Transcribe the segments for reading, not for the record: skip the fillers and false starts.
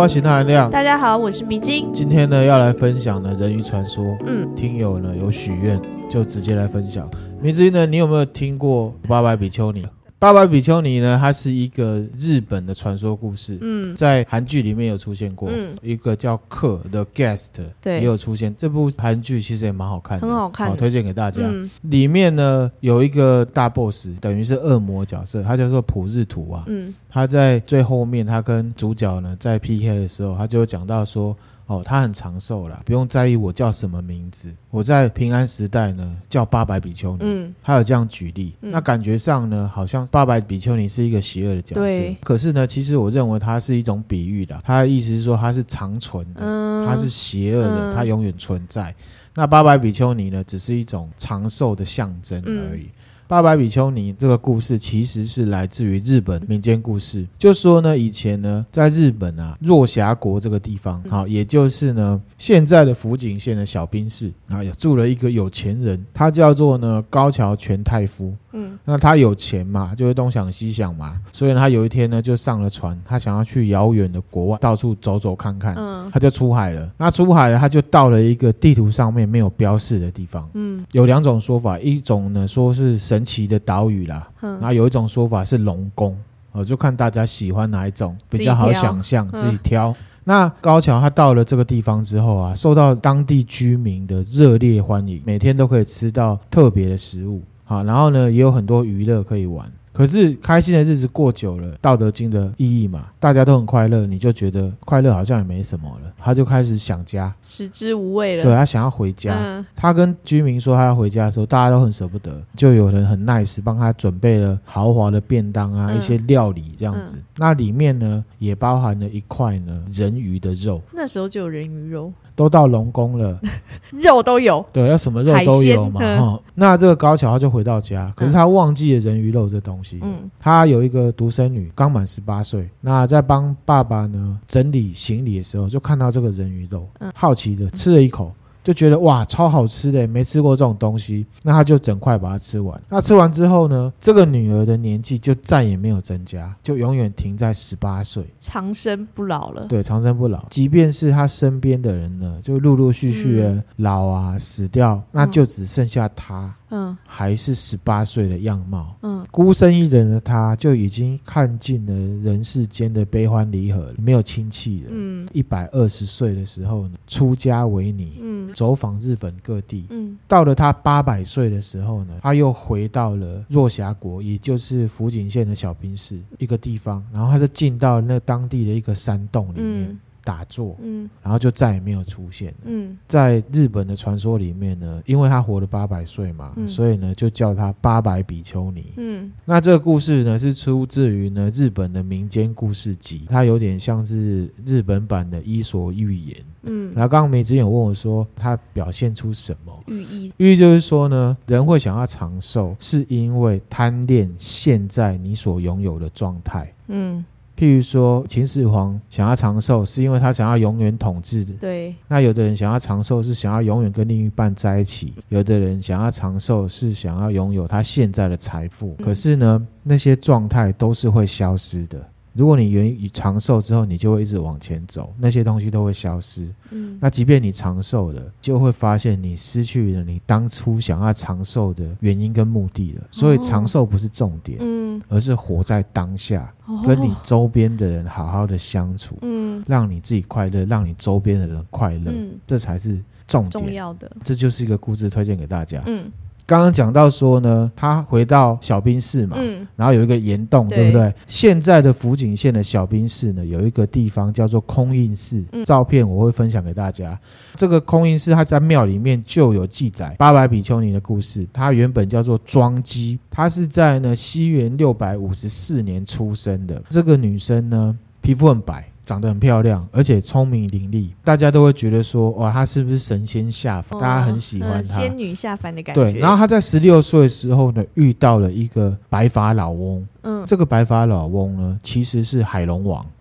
型含量。 大家好，我是迷津。 今天呢要来分享呢人鱼传说。听友呢有许愿，就直接来分享。迷津呢，你有没有听过八百比丘尼？八百比丘尼呢，它是一个日本的传说故事，在韩剧里面有出现过，一个叫克 The Guest 也有出现。这部韩剧其实也蛮好看的， 很好看的， 推荐给大家。里面呢有一个大 boss， 等于是恶魔角色，他叫做普日图啊。他在最后面，他跟主角呢在 PK 的时候，他就讲到说，他很长寿啦，不用在意我叫什么名字，我在平安时代呢叫八百比丘尼。他有这样举例，那感觉上呢好像八百比丘尼是一个邪恶的角色，可是呢其实我认为它是一种比喻啦，他的意思是说它是长存的，它是邪恶的，它永远存在。那八百比丘尼呢只是一种长寿的象征而已。八百比丘尼这个故事其实是来自于日本民间故事，就说呢以前呢在日本啊若狭国这个地方，也就是呢现在的福井县的小滨市啊，有住了一个有钱人，他叫做呢高桥全太夫。那他有钱嘛，就会东想西想嘛，所以他有一天呢就上了船，他想要去遥远的国外到处走走看看，他就出海了。那出海了，他就到了一个地图上面没有标示的地方。有两种说法，一种呢说是神奇的岛屿啦，然后有一种说法是龙宫，就看大家喜欢哪一种比较好想象，自己挑。那高桥他到了这个地方之后啊，受到当地居民的热烈欢迎，每天都可以吃到特别的食物。好，然后呢也有很多娱乐可以玩。可是开心的日子过久了，道德经的意义嘛，大家都很快乐，你就觉得快乐好像也没什么了，他就开始想家， 食之无味了。 对，他想要回家。他跟居民说他要回家的时候，大家都很舍不得，就有人很 nice 帮他准备了豪华的便当啊，一些料理这样子。那里面呢也包含了一块呢人鱼的肉， 那时候就有人鱼肉， 都到龙宫了， 肉都有， 对，要什么肉都有嘛。那这个高桥他就回到家，可是他忘记了人鱼肉这东西。他有一个独生女，刚满18岁，那在帮爸爸呢整理行李的时候，就看到这个人鱼肉，好奇的吃了一口，就觉得哇超好吃的，没吃过这种东西，那他就整块把它吃完。那吃完之后呢，这个女儿的年纪就再也没有增加，就永远停在18岁， 长生不老了。对， 长生不老。即便是他身边的人呢，就陆陆续续的老啊死掉，那就只剩下他还是18岁的样貌。孤身一人的他就已经看尽了人世间的悲欢离合，没有亲戚了。120岁的时候呢，出家为尼，走访日本各地。到了他800岁的时候呢，他又回到了若狭国，也就是福井县的小滨市一个地方，然后他就进到那当地的一个山洞里面打坐，然后就再也没有出现了。在日本的传说里面呢，因为他活了800岁嘛，所以呢就叫他八百比丘尼。那这个故事呢是出自于呢日本的民间故事集，它有点像是日本版的伊索寓言。然后刚刚梅子有问我说它表现出什么寓意，就是说呢人会想要长寿，是因为贪恋现在你所拥有的状态。譬如说秦始皇想要长寿是因为他想要永远统治的，对。那有的人想要长寿是想要永远跟另一半在一起，有的人想要长寿是想要拥有他现在的财富。可是呢那些状态都是会消失的，如果你愿意长寿之后，你就会一直往前走，那些东西都会消失。那即便你长寿了，就会发现你失去了你当初想要长寿的原因跟目的了。所以长寿不是重点，而是活在当下，跟你周边的人好好的相处，让你自己快乐，让你周边的人快乐，这才是重要的。这就是一个故事推荐给大家。刚刚讲到说呢，他回到小滨市嘛，然后有一个岩洞，对不对？现在的福井县的小滨市呢，有一个地方叫做空印寺，照片我会分享给大家。这个空印寺它在庙里面就有记载八百比丘尼的故事，它原本叫做庄姬，她是在呢西元654年出生的。这个女生呢皮肤很白，长得很漂亮，而且聪明伶俐，大家都会觉得说哇她是不是神仙下凡，大家很喜欢她， 仙女下凡的感觉。 对，然后她在16岁的时候呢遇到了一个白发老翁，这个白发老翁呢其实是海龙王。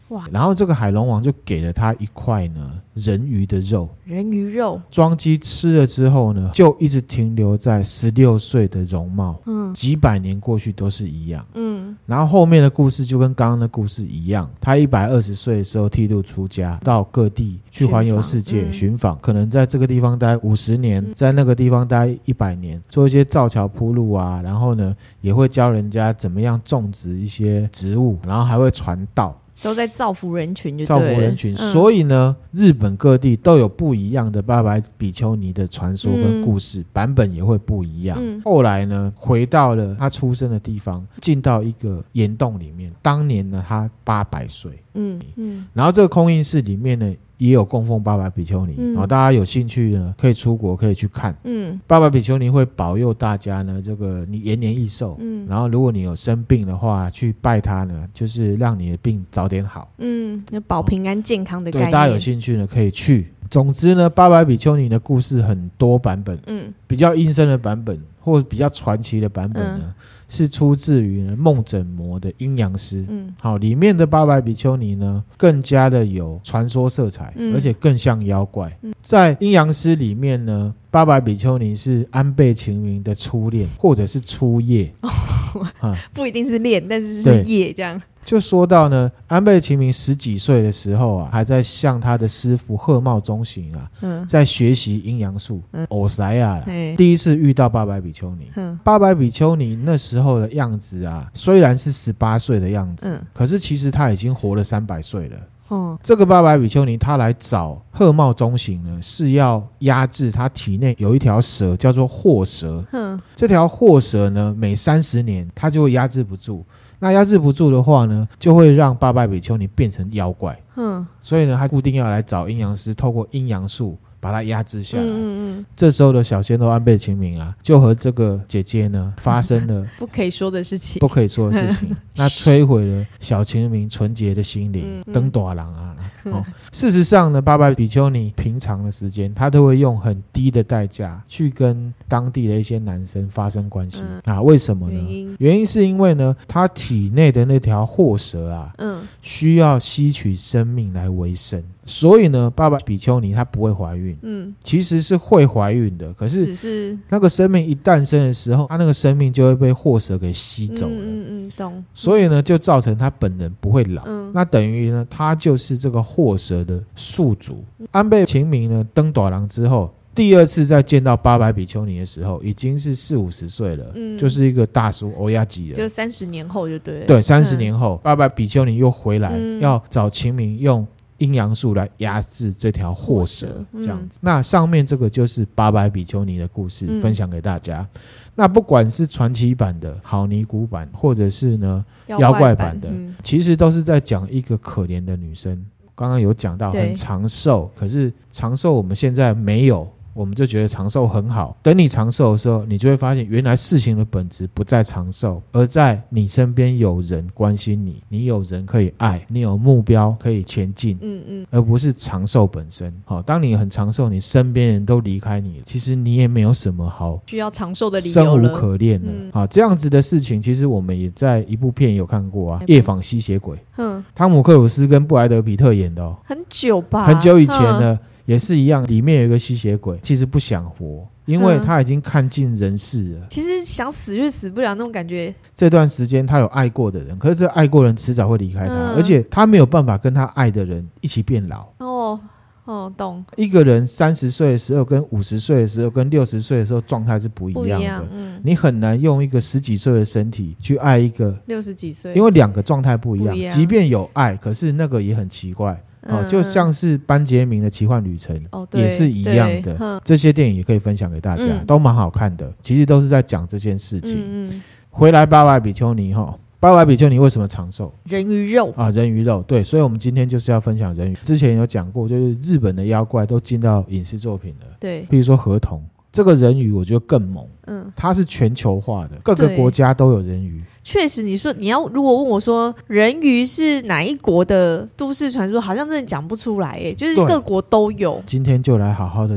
哇！然后这个海龙王就给了他一块呢人鱼的肉， 人鱼肉， 庄姬吃了之后呢，就一直停留在16岁的容貌，几百年过去都是一样，然后后面的故事就跟刚刚的故事一样，他120岁的时候剃度出家，到各地去环游世界寻访，可能在这个地方待50年，在那个地方待100年，做一些造桥铺路啊，然后呢也会教人家怎么样种植一些植物，然后还会传道， 都在造福人群就对了， 造福人群，所以呢日本各地都有不一样的八百比丘尼的传说跟故事，版本也会不一样。后来呢回到了他出生的地方，进到一个岩洞里面，当年呢他800岁，然后这个空印寺里面呢也有供奉八百比丘尼，然后大家有兴趣呢可以出国可以去看。八百比丘尼会保佑大家呢，这个你延年益寿。然后如果你有生病的话，去拜他呢，就是让你的病早点好。 保平安健康的概念。 对，大家有兴趣呢可以去。总之呢，八百比丘尼的故事很多版本，比较阴森的版本或比较传奇的版本呢，是出自于梦枕魔的阴阳师。好，里面的八百比丘尼呢更加的有传说色彩，而且更像妖怪。在阴阳师里面呢，八百比丘尼是安倍晴明的初恋或者是初夜。 不一定是恋，但是是夜这样。 就说到呢，安倍晴明10几岁的时候啊，还在向他的师父鹤茂忠行啊，在学习阴阳术，偶塞啊，第一次遇到八百比丘尼。八百比丘尼那时候的样子啊，虽然是18岁的样子，可是其实他已经活了300岁了。这个八百比丘尼他来找鹤茂忠行呢，是要压制他体内有一条蛇叫做祸蛇。这条祸蛇呢，每30年他就会压制不住，那压制不住的话呢，就会让八百比丘尼变成妖怪。所以呢他固定要来找阴阳师，透过阴阳术把它压制下来。这时候的小鲜肉安倍晴明啊，就和这个姐姐呢发生了不可以说的事情， 那摧毁了小晴明纯洁的心灵，登大人啊。事实上呢，八百比丘尼平常的时间，他都会用很低的代价去跟当地的一些男生发生关系。为什么呢？原因是因为呢，他体内的那条祸蛇啊，需要吸取生命来维生。所以呢，八百比丘尼她不会怀孕，其实是会怀孕的，可是那个生命一诞生的时候，她那个生命就会被祸蛇给吸走了。 懂。 所以呢，就造成她本人不会老。那等于呢，她就是这个祸蛇的宿主。安倍晴明呢，登大人之后，第二次再见到八百比丘尼的时候，已经是40-50岁了，就是一个大叔欧亚吉人， 就30年后就对了。 对，30年后，八百比丘尼又回来，要找晴明用阴阳术来压制这条祸蛇，这样子。那上面这个就是八百比丘尼的故事，分享给大家。那不管是传奇版的、好尼古版，或者是呢妖怪版的，其实都是在讲一个可怜的女生。刚刚有讲到很长寿，可是长寿我们现在没有，我们就觉得长寿很好。等你长寿的时候，你就会发现原来事情的本质不在长寿，而在你身边有人关心你，你有人可以爱，你有目标可以前进，而不是长寿本身。当你很长寿，你身边人都离开你了，其实你也没有什么好需要长寿的理由了， 生无可恋了。这样子的事情，其实我们也在一部片有看过啊，《夜访吸血鬼》，汤姆克鲁斯跟布莱德皮特演的很久吧， 很久以前了。也是一样，里面有一个吸血鬼，其实不想活，因为他已经看尽人世了。 其实想死却死不了那种感觉。 这段时间他有爱过的人，可是这爱过的人迟早会离开他，而且他没有办法跟他爱的人一起变老。 懂。 一个人30岁的时候跟50岁的时候跟60岁的时候状态是不一样的。你很难用一个10几岁的身体去爱一个 60几岁， 因为两个状态不一样。即便有爱，可是那个也很奇怪。就像是班杰明的奇幻旅程，也是一样的。这些电影也可以分享给大家，都蛮好看的，其实都是在讲这件事情。回来八百比丘尼，八百比丘尼为什么长寿？ 人鱼肉啊，人鱼肉。对，所以我们今天就是要分享人鱼。之前有讲过，就是日本的妖怪都进到影视作品了。 对， 比如说河童，这个人鱼我觉得更猛。它是全球化的，各个国家都有人鱼。 确实，你说你要如果问我说人鱼是哪一国的都市传说，好像真的讲不出来耶，就是各国都有。 今天就来好好的讲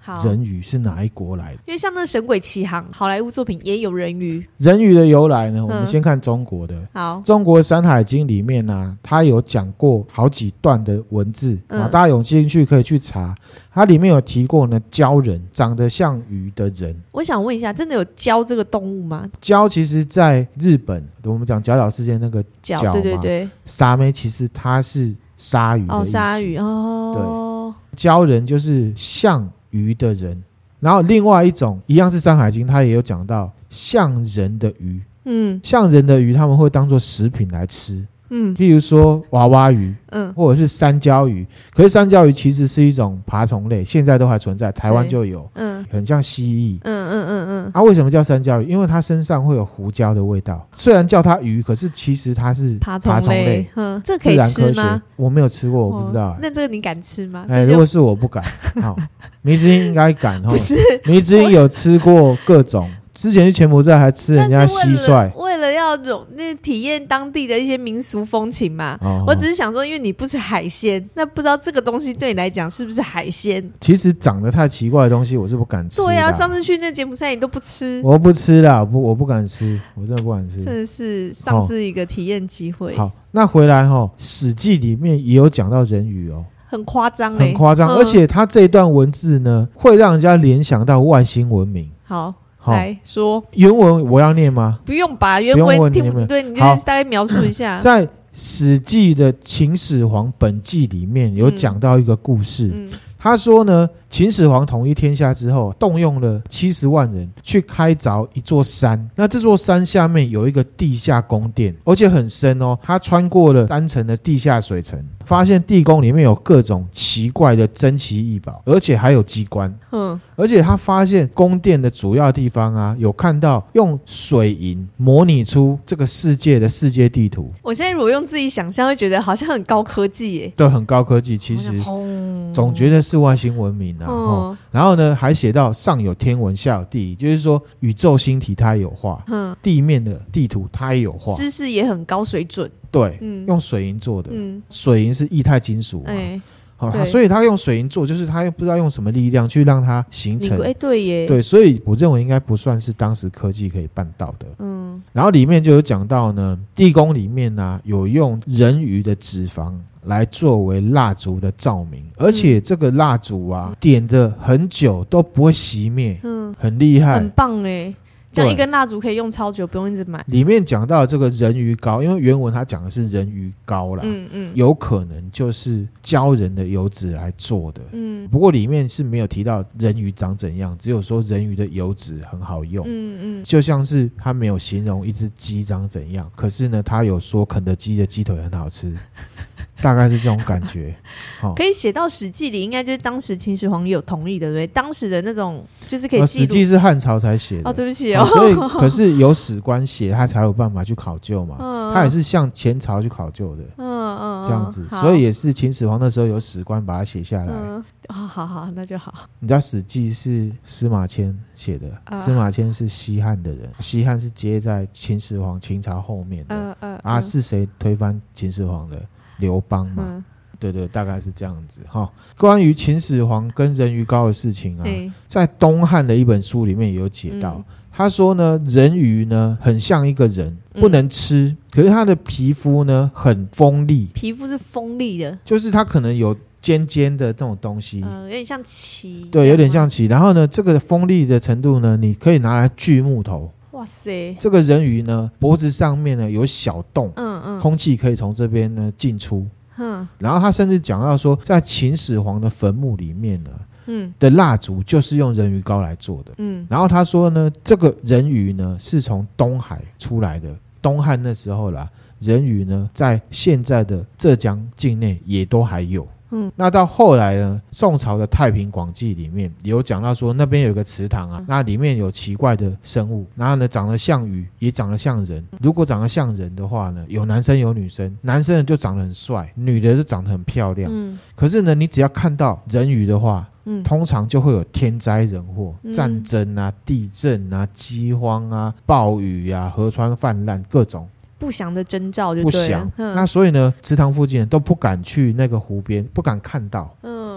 人鱼是哪一国来的。 因为像那神鬼奇航好莱坞作品也有人鱼。 人鱼的由来呢，我们先看中国的。好，中国山海经里面呢，它有讲过好几段的文字，大家有兴趣可以去查。它里面有提过呢，鲛人长得像鱼的人。 我想问一下，真的有鲛这个动物吗？ 鲛其实在日本，我们讲角岛事件那个鲛嘛，对，沙妹其实它是鲨鱼的意思。鲨鱼对，鲛人就是像鱼的人。然后另外一种一样是山海经，它也有讲到像人的鱼。像人的鱼他们会当作食品来吃。譬如说娃娃鱼，或者是山椒鱼。可是山椒鱼其实是一种爬虫类，现在都还存在，台湾就有，很像蜥蜴。为什么叫山椒鱼？因为它身上会有胡椒的味道。虽然叫它鱼，可是其实它是爬虫类。 这可以吃吗？ 我没有吃过，我不知道。 那这个你敢吃吗？ 如果是我不敢。好，迷之音应该敢。 不是， 迷之音有吃过各种。之前去柬埔寨还吃人家蟋蟀， 为了要体验当地的一些民俗风情嘛。我只是想说，因为你不吃海鲜，那不知道这个东西对你来讲是不是海鲜？ 其实长得太奇怪的东西，我是不敢吃的。 对啊，上次去那柬埔寨你都不吃， 我不吃啦，我不敢吃，我真的不敢吃， 真的是丧失一个体验机会。 好，那回来史记里面也有讲到人鱼很夸张很夸张，而且他这一段文字呢，会让人家联想到外星文明。 好。来说原文我要念吗？ 不用吧，原文听不对，你就是大概描述一下。 在《史记》的《秦始皇本纪》里面有讲到一个故事，他说呢，秦始皇统一天下之后，动用了70万人去开凿一座山。那这座山下面有一个地下宫殿，而且很深他穿过了3层的地下水层，发现地宫里面有各种奇怪的珍奇异宝，而且还有机关。而且他发现宫殿的主要地方有看到用水银模拟出这个世界的世界地图。 我现在如果用自己想象，会觉得好像很高科技耶。 对，很高科技，其实总觉得是外星文明然后呢，还写到上有天文，下有地理，就是说宇宙星体它也有画，地面的地图它也有画， 知识也很高水准。 对，用水银做的，水银是液态金属嘛。所以他用水银做，就是他又不知道用什么力量去让它形成。 对耶， 对，所以我认为应该不算是当时科技可以办到的。然后里面就有讲到呢，地宫里面有用人鱼的脂肪来作为蜡烛的照明，而且这个蜡烛点的很久都不会熄灭，很厉害， 很棒耶。这样一根蜡烛可以用超久，不用一直买。 里面讲到这个人鱼膏，因为原文它讲的是人鱼膏啦，有可能就是鲛人的油脂来做的。不过里面是没有提到人鱼长怎样，只有说人鱼的油脂很好用。就像是他没有形容一只鸡长怎样，可是呢，他有说肯德基的鸡腿很好吃。大概是这种感觉。 可以写到史记里，应该就是当时秦始皇有同意的，对不对？当时的那种就是可以记录。 史记是汉朝才写的。 对不起所以可是有史官写，他才有办法去考究嘛。他也是向前朝去考究的。这样子，所以也是秦始皇那时候有史官把它写下来。 好，那就好。 你知道史记是司马迁写的，司马迁是西汉的人，西汉是接在秦始皇秦朝后面的。是谁推翻秦始皇的？刘邦嘛。对，大概是这样子关于秦始皇跟人鱼膏的事情在东汉的一本书里面也有解到。他说呢，人鱼呢很像一个人，不能吃，可是他的皮肤呢很锋利。 皮肤是锋利的， 就是他可能有尖尖的这种东西， 有点像鳍。 对，有点像鳍。然后呢，这个锋利的程度呢，你可以拿来锯木头。 哇塞！ 这个人鱼呢，脖子上面呢有小洞，空气可以从这边呢进出。然后他甚至讲到说，在秦始皇的坟墓里面呢，的蜡烛就是用人鱼膏来做的。然后他说呢，这个人鱼呢是从东海出来的，东汉那时候啦，人鱼呢在现在的浙江境内也都还有。那到后来呢，宋朝的《太平广记》里面有讲到说，那边有一个池塘那里面有奇怪的生物，然后呢长得像鱼，也长得像人。如果长得像人的话呢，有男生有女生，男生就长得很帅，女的就长得很漂亮。可是呢，你只要看到人鱼的话，通常就会有天灾人祸，战争地震饥荒暴雨河川泛滥，各种不祥的征兆就对了。 那所以呢，池塘附近都不敢去那个湖边，不敢看到。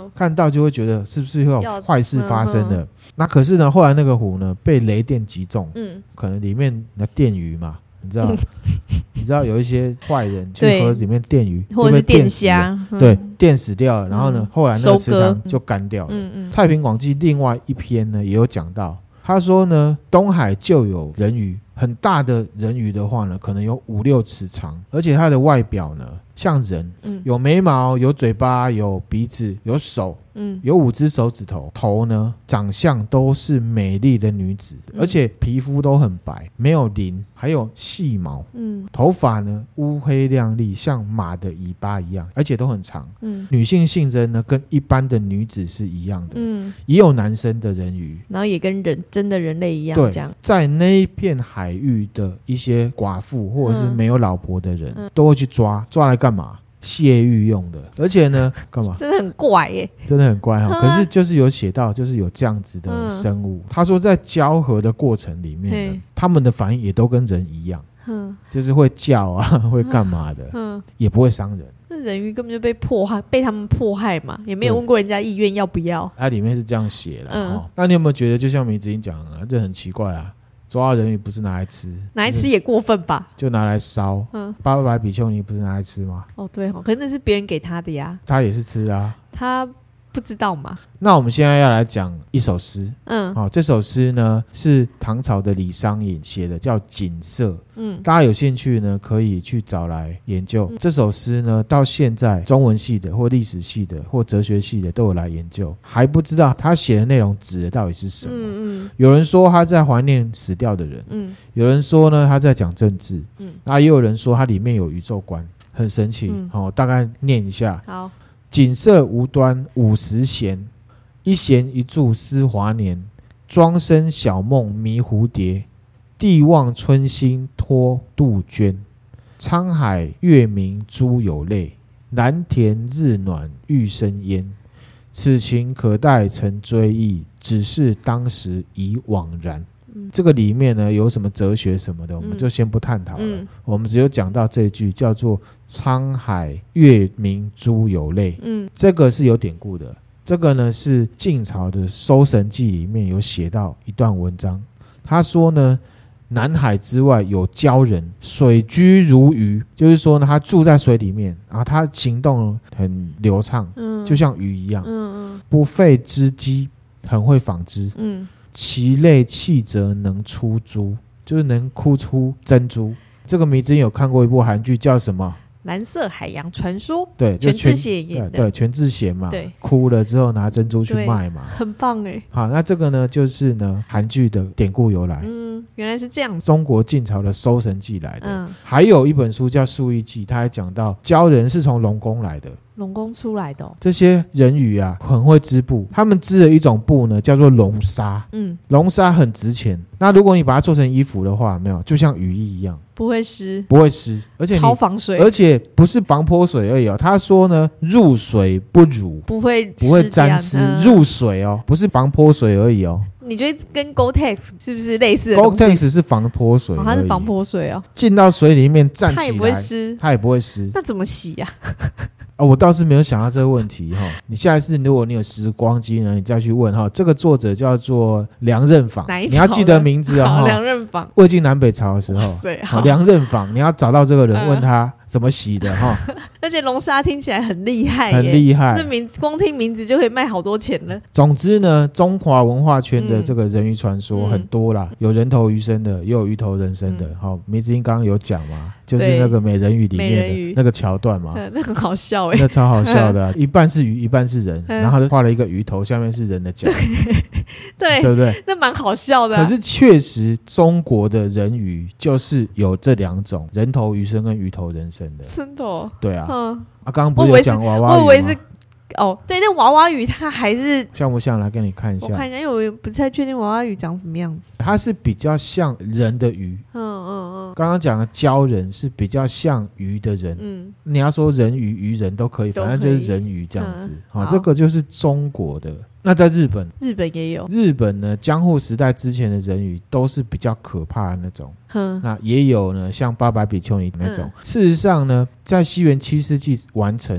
看到就会觉得是不是会有坏事发生的。那可是呢，后来那个湖呢被雷电击中，可能里面的电鱼嘛，你知道你知道有一些坏人去喝里面电鱼， 或者是电虾， 对，电死掉了。然后呢，后来那个池塘就干掉了。太平广记另外一篇呢也有讲到，他说呢，东海就有人鱼，很大的人鱼的话呢，可能有5-6尺长，而且它的外表呢像人，有眉毛，有嘴巴，有鼻子，有手，有5只手指头，头呢长相都是美丽的女子，而且皮肤都很白，没有鳞，还有细毛，头发呢乌黑亮丽，像马的尾巴一样，而且都很长。女性性征呢跟一般的女子是一样的，也有男生的人鱼， 然后也跟真的人类一样， 对， 这样在那一片海域的一些寡妇或者是没有老婆的人，都会去抓来干嘛？泄欲用的。而且呢，干嘛？ 真的很怪耶， 真的很怪可是就是有写到，就是有这样子的生物。他说在交合的过程里面呢，他们的反应也都跟人一样，就是会叫啊，会干嘛的，也不会伤人。 那人鱼根本就被迫害，被他们迫害嘛，也没有问过人家意愿要不要。 它里面是这样写了。那你有没有觉得，就像梅子英讲的，这很奇怪啊？抓到人鱼不是拿来吃， 拿来吃也过分吧？就拿来烧。八百比丘尼不是拿来吃吗？ 哦，对可是那是别人给他的呀。 他也是吃啊。 他不知道嘛？ 那我们现在要来讲一首诗。这首诗呢是唐朝的李商隐写的，叫《锦瑟》。大家有兴趣呢可以去找来研究。这首诗呢到现在中文系的或历史系的或哲学系的都有来研究，还不知道他写的内容指的到底是什么。有人说他在怀念死掉的人，有人说呢他在讲政治，也有人说他里面有宇宙观，很神奇。大概念一下。 好。 锦瑟无端50弦，一弦一柱思华年。庄生晓梦迷蝴蝶，地望春心托杜鹃。沧海月明珠有泪，蓝田日暖玉生烟。此情可待成追忆，只是当时已惘然。这个里面呢有什么哲学什么的，我们就先不探讨了。我们只有讲到这一句叫做沧海月明珠有泪。这个是有典故的。这个呢是晋朝的《搜神记》里面有写到一段文章。他说呢，南海之外有鲛人，水居如鱼，就是说呢他住在水里面，然后他行动很流畅，就像鱼一样，不费织机，很会纺织。其类气则能出珠，就是能哭出珍珠。这个迷之有看过一部韩剧叫什么？ 蓝色海洋传说。 对， 全智贤演的。 对，全智贤嘛。 对， 哭了之后拿珍珠去卖嘛， 很棒哎。 好，那这个呢就是呢韩剧的典故由来。 原来是这样子。 中国晋朝的《搜神记》来的。还有一本书叫《素异记》，他还讲到鲛人是从龙宫来的。 龙宫出来的。这些人鱼啊很会织布，他们织了一种布呢叫做龙纱。龙纱很值钱，那如果你把它做成衣服的话，没有，就像雨衣一样， 不会湿， 而且超防水， 而且不是防泼水而已他说呢入水不乳， 不会沾湿。入水不是防泼水而已你觉得跟 Gore-Tex 是不是类似的东西？ Gore-Tex 是防泼水它是防泼水进到水里面站起来它也不会湿， 它也不会湿， 那怎么洗呀？ 我倒是没有想到这个问题你下一次如果你有时光机呢，你再去问这个作者叫做梁任坊，你要记得名字梁任坊， 魏晋南北朝的时候，梁任坊，你要找到这个人，问他怎么洗的而且龙纱听起来很厉害， 很厉害， 这名字光听名字就可以卖好多钱了。 总之呢，中华文化圈的这个人鱼传说很多啦，有人头鱼身的，也有鱼头人身的。迷之音刚刚有讲嘛，就是那个美人鱼里面的那个桥段嘛， 那很好笑那超好笑的一半是鱼，一半是人，然后他就画了一个鱼头，下面是人的脚，对不对？ 那蛮好笑的。 可是确实，中国的人鱼就是有这2种，人头鱼身跟鱼头人身的。 真的对啊。刚刚不是有讲娃娃鱼吗？ 我以为是对，那娃娃鱼它还是像不像？来给你看一下， 我看一下，因为我不太确定娃娃鱼长什么样子。 它是比较像人的鱼。刚刚讲的鲛人是比较像鱼的人。你要说人鱼、鱼人都可以，反正就是人鱼这样子。这个就是中国的。那在日本也有。 日本呢，江户时代之前的人鱼都是比较可怕的那种。那也有呢，像800比丘尼那种。事实上呢，在西元7世纪完成的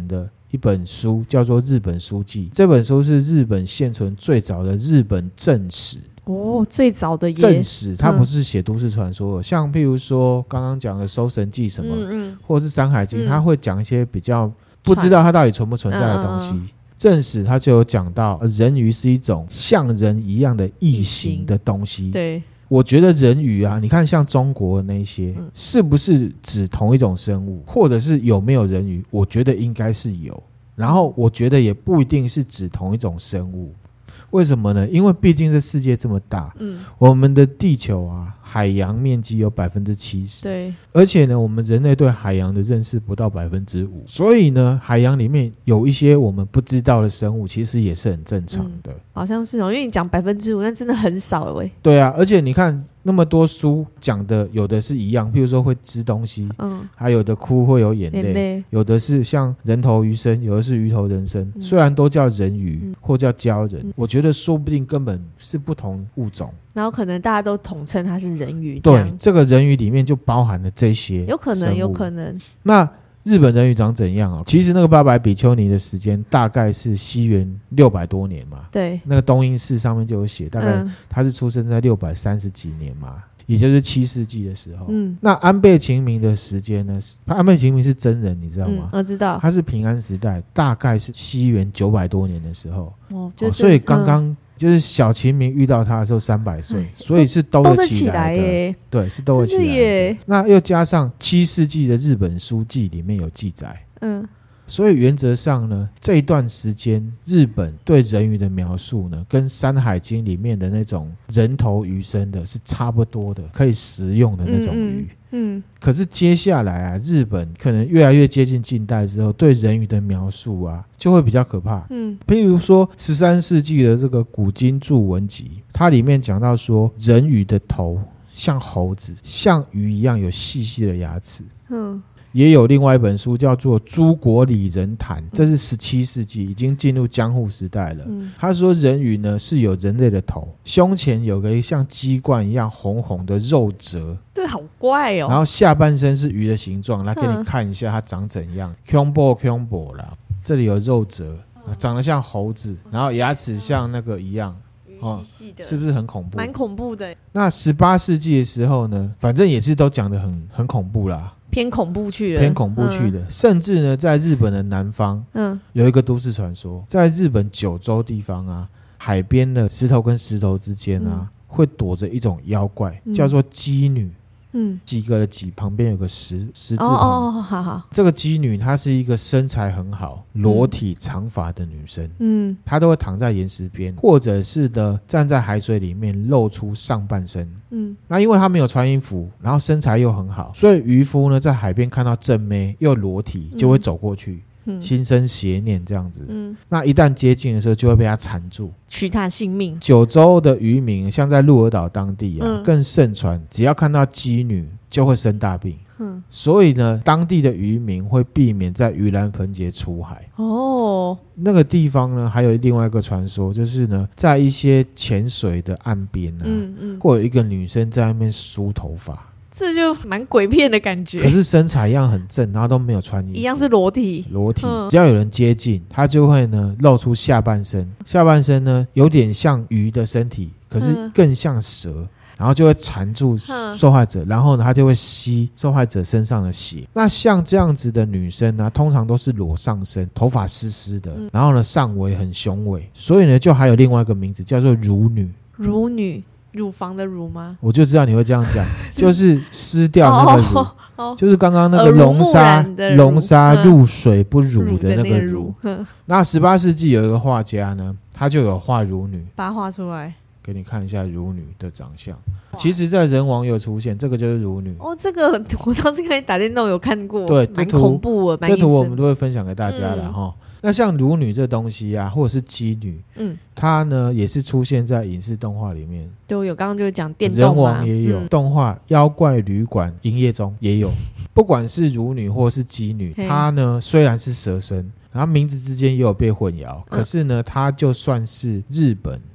一本书，叫做《日本书记》。这本书是日本现存最早的日本正史。 最早的正史，它不是写都市传说，像譬如说刚刚讲的《搜神记》什么，或者是《山海经》，它会讲一些比较不知道它到底存不存在的东西。正史它就有讲到，人鱼是一种像人一样的异形的东西。 对， 我觉得人鱼啊，你看像中国的那些，是不是指同一种生物，或者是有没有人鱼？我觉得应该是有，然后我觉得也不一定是指同一种生物。为什么呢？因为毕竟这世界这么大，我们的地球啊，海洋面积有 70%， 对， 而且呢，我们人类对海洋的认识不到 5%， 所以呢，海洋里面有一些我们不知道的生物，其实也是很正常的。 好像是因为你讲 5%， 那真的很少欸。 对啊，而且你看那么多书讲的，有的是一样，譬如说会吃东西，还有的哭会有眼泪，有的是像人头鱼身，有的是鱼头人身，虽然都叫人鱼或叫鲛人，我觉得说不定根本是不同物种， 然后可能大家都统称它是人鱼。 对，这个人鱼里面就包含了这些， 有可能。 那日本人鱼长怎样啊？其实那个800比丘尼的时间大概是西元600多年嘛。对，那个东英寺上面就有写，大概他是出生在630几年嘛，也就是7世纪的时候。那安倍晴明的时间呢？安倍晴明是真人，你知道吗？ 我知道， 他是平安时代，大概是西元900多年的时候。所以刚刚就是小晴明遇到他的时候300岁，所以是兜得起来的。对，是兜得起来的。那又加上7世纪的日本书记里面有记载，所以原则上呢，这一段时间日本对人鱼的描述呢，跟《山海经》里面的那种人头鱼身的是差不多的，可以食用的那种鱼。可是接下来啊，日本可能越来越接近近代之后，对人鱼的描述啊，就会比较可怕。譬如说13世纪的这个古今注文集，它里面讲到说，人鱼的头像猴子，像鱼一样有细细的牙齿。也有另外一本书叫做《诸国里人谈》，这是17世纪，已经进入江户时代了。他说人鱼呢是有人类的头，胸前有个像鸡冠一样红红的肉褶， 这好怪哦。 然后下半身是鱼的形状，来给你看一下它长怎样。Kyombo 啦，这里有肉褶，长得像猴子，然后牙齿像那个一样。细细的，是不是很恐怖？ 蛮恐怖的。 那18世纪的时候呢，反正也是都讲得很恐怖啦， 偏恐怖去的。甚至呢，在日本的南方，有一个都市传说，在日本九州地方啊，海边的石头跟石头之间啊，会躲着一种妖怪，叫做姬女。几个的几旁边有个十字旁。好。这个姬女她是一个身材很好、裸体长发的女生。她都会躺在岩石边，或者是的站在海水里面露出上半身。那因为她没有穿衣服，然后身材又很好，所以渔夫呢在海边看到正妹又裸体，就会走过去。心生邪念这样子。那一旦接近的时候就会被他缠住， 取他性命。 九州的渔民像在鹿儿岛当地啊，更盛传只要看到姬女就会生大病。所以呢，当地的渔民会避免在盂兰盆节出海。那个地方呢，还有另外一个传说，就是呢，在一些潜水的岸边啊，会有一个女生在那边梳头发。 这就蛮鬼片的感觉。 可是身材一样很正，然后都没有穿衣服， 一样是裸体。 只要有人接近，他就会呢露出下半身。下半身呢有点像鱼的身体，可是更像蛇，然后就会缠住受害者，然后呢他就会吸受害者身上的血。那像这样子的女生呢，通常都是裸上身，头发湿湿的，然后呢上围很雄伟，所以呢就还有另外一个名字叫做乳女。 乳房的乳吗？ 我就知道你会这样讲，就是湿掉那个乳，就是刚刚那个龙沙入水不乳的那个乳。那18世纪有一个画家呢，他就有画乳女， 把它画出来给你看一下乳女的长相。其实在人王有出现，这个就是乳女。 这个我当时跟你打电动有看过， 对， 蛮恐怖的。 这图我们都会分享给大家了哈。那像乳女这东西啊，或者是姬女，它呢也是出现在影视动画里面都有。刚刚就是讲电动人王也有，动画《妖怪旅馆营业中》也有。不管是乳女或是姬女，它呢虽然是蛇身，然后名字之间也有被混淆，可是呢它就算是日本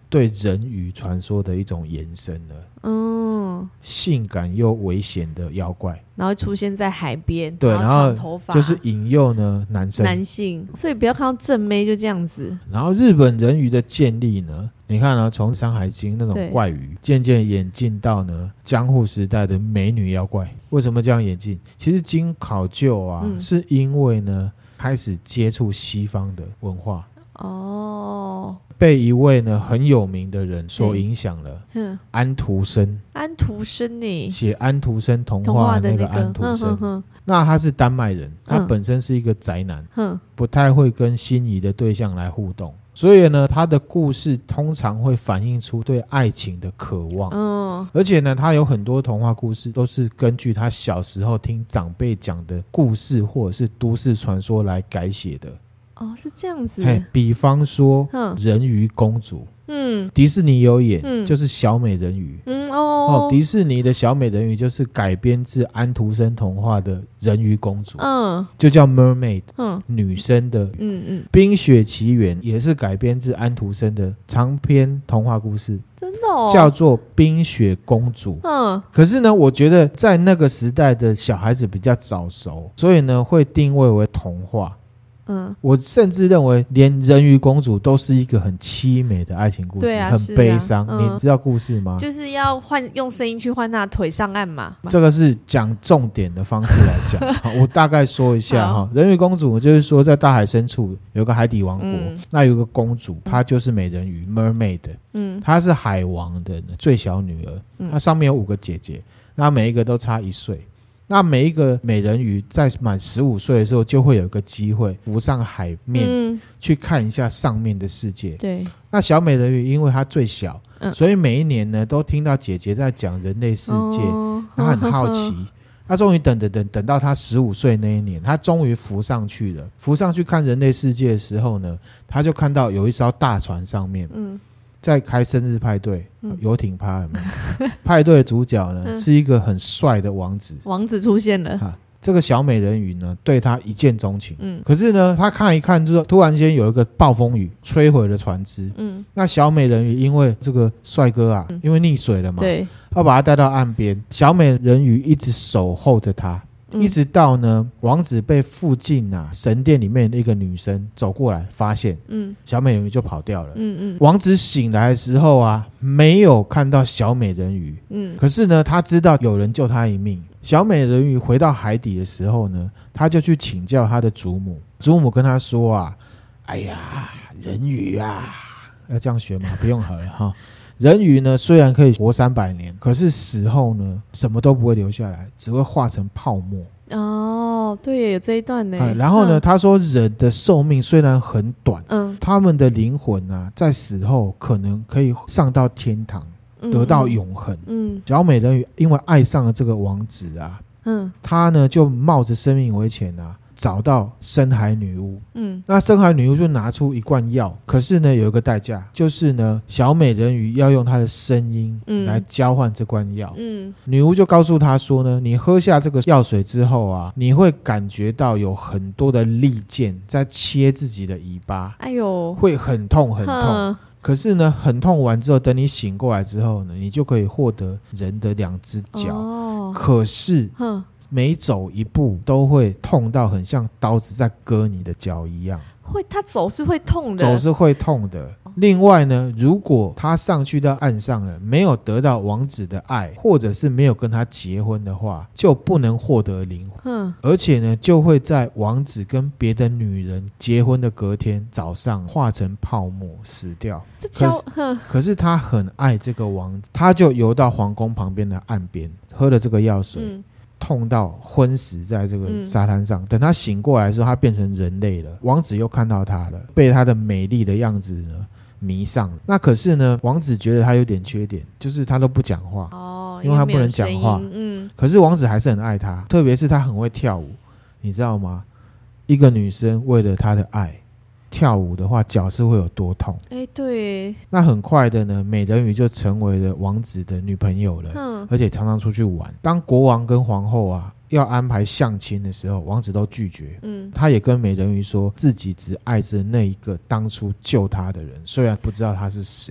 对人鱼传说的一种延伸了。性感又危险的妖怪， 然后出现在海边， 对， 然后长头发， 就是引诱呢男性， 所以不要看到正妹就这样子。 然后日本人鱼的建立呢，你看啊，从山海经那种怪鱼渐渐演进到呢江户时代的美女妖怪。为什么这样演进？其实经考究啊，是因为呢开始接触西方的文化被一位呢很有名的人所影响了。安徒生呢， 写安徒生童话的那个安徒生，那他是丹麦人，他本身是一个宅男，不太会跟心仪的对象来互动，所以呢他的故事通常会反映出对爱情的渴望。而且呢他有很多童话故事都是根据他小时候听长辈讲的故事或者是都市传说来改写的。 是这样子。 比方说人鱼公主，迪士尼有演，就是小美人鱼。迪士尼的小美人鱼就是改编自安徒生童话的人鱼公主，就叫 Mermaid，女生的。冰雪奇缘也是改编自安徒生的长篇童话故事， 真的叫做冰雪公主。可是呢我觉得在那个时代的小孩子比较早熟，所以呢会定位为童话。我甚至认为连人鱼公主都是一个很凄美的爱情故事，很悲伤。你知道故事吗？ 就是要用声音去换她腿上岸嘛。 这个是讲重点的方式来讲。我大概说一下人鱼公主就是说在大海深处有个海底王国，那有个公主，她就是美人鱼 Mermaid，她是海王的最小女儿，她上面有5个姐姐，那每一个都差1岁。那每一个美人鱼在满15岁的时候就会有一个机会浮上海面，去看一下上面的世界。 对， 那小美人鱼因为她最小，所以每一年呢都听到姐姐在讲人类世界，她很好奇。她终于等到她15岁那一年，她终于浮上去了。浮上去看人类世界的时候呢，她就看到有一艘大船上面在开生日派对，游艇趴有没有？派对的主角呢是一个很帅的王子出现了。 这个小美人鱼呢对他一见钟情，可是呢他看一看之后，突然间有一个暴风雨摧毁了船只，那小美人鱼因为这个帅哥啊，因为溺水了嘛， 对， 要把他带到岸边，小美人鱼一直守候着他，一直到呢王子被附近神殿里面的一个女生走过来发现，小美人鱼就跑掉了。王子醒来的时候啊，没有看到小美人鱼，可是呢他知道有人救他一命。小美人鱼回到海底的时候呢，他就去请教他的祖母，祖母跟他说啊，哎呀人鱼啊，要这样学吗？不用好了哈。人鱼呢虽然可以活300年，可是死后呢什么都不会留下来，只会化成泡沫。 对耶，有这一段呢。 然后呢他说人的寿命虽然很短，他们的灵魂啊在死后可能可以上到天堂，得到永恒。小美人鱼因为爱上了这个王子啊，他呢就冒着生命危险啊找到深海女巫。那深海女巫就拿出一罐药，可是呢有一个代价，就是呢小美人鱼要用她的声音来交换这罐药。女巫就告诉她说呢，你喝下这个药水之后啊，你会感觉到有很多的利剑在切自己的尾巴，哎呦，会很痛很痛。可是呢很痛完之后，等你醒过来之后呢，你就可以获得人的2只脚。可是每走一步都会痛到很像刀子在割你的脚一样。 他走是会痛的， 走是会痛的。另外呢，如果他上去到岸上了，没有得到王子的爱，或者是没有跟他结婚的话，就不能获得灵魂。而且呢就会在王子跟别的女人结婚的隔天早上化成泡沫死掉。可是他很爱这个王子，他就游到皇宫旁边的岸边，喝了这个药水，痛到昏死在这个沙滩上。等他醒过来的时候，他变成人类了。王子又看到他了，被他的美丽的样子呢迷上了。那可是呢王子觉得他有点缺点，就是他都不讲话，因为他不能讲话。可是王子还是很爱他，特别是他很会跳舞。你知道吗？一个女生为了他的爱跳舞的话，脚是会有多痛？ 对。 那很快的呢，美人鱼就成为了王子的女朋友了，而且常常出去玩。当国王跟皇后啊要安排相亲的时候，王子都拒绝。他也跟美人鱼说自己只爱着那一个当初救他的人，虽然不知道他是谁。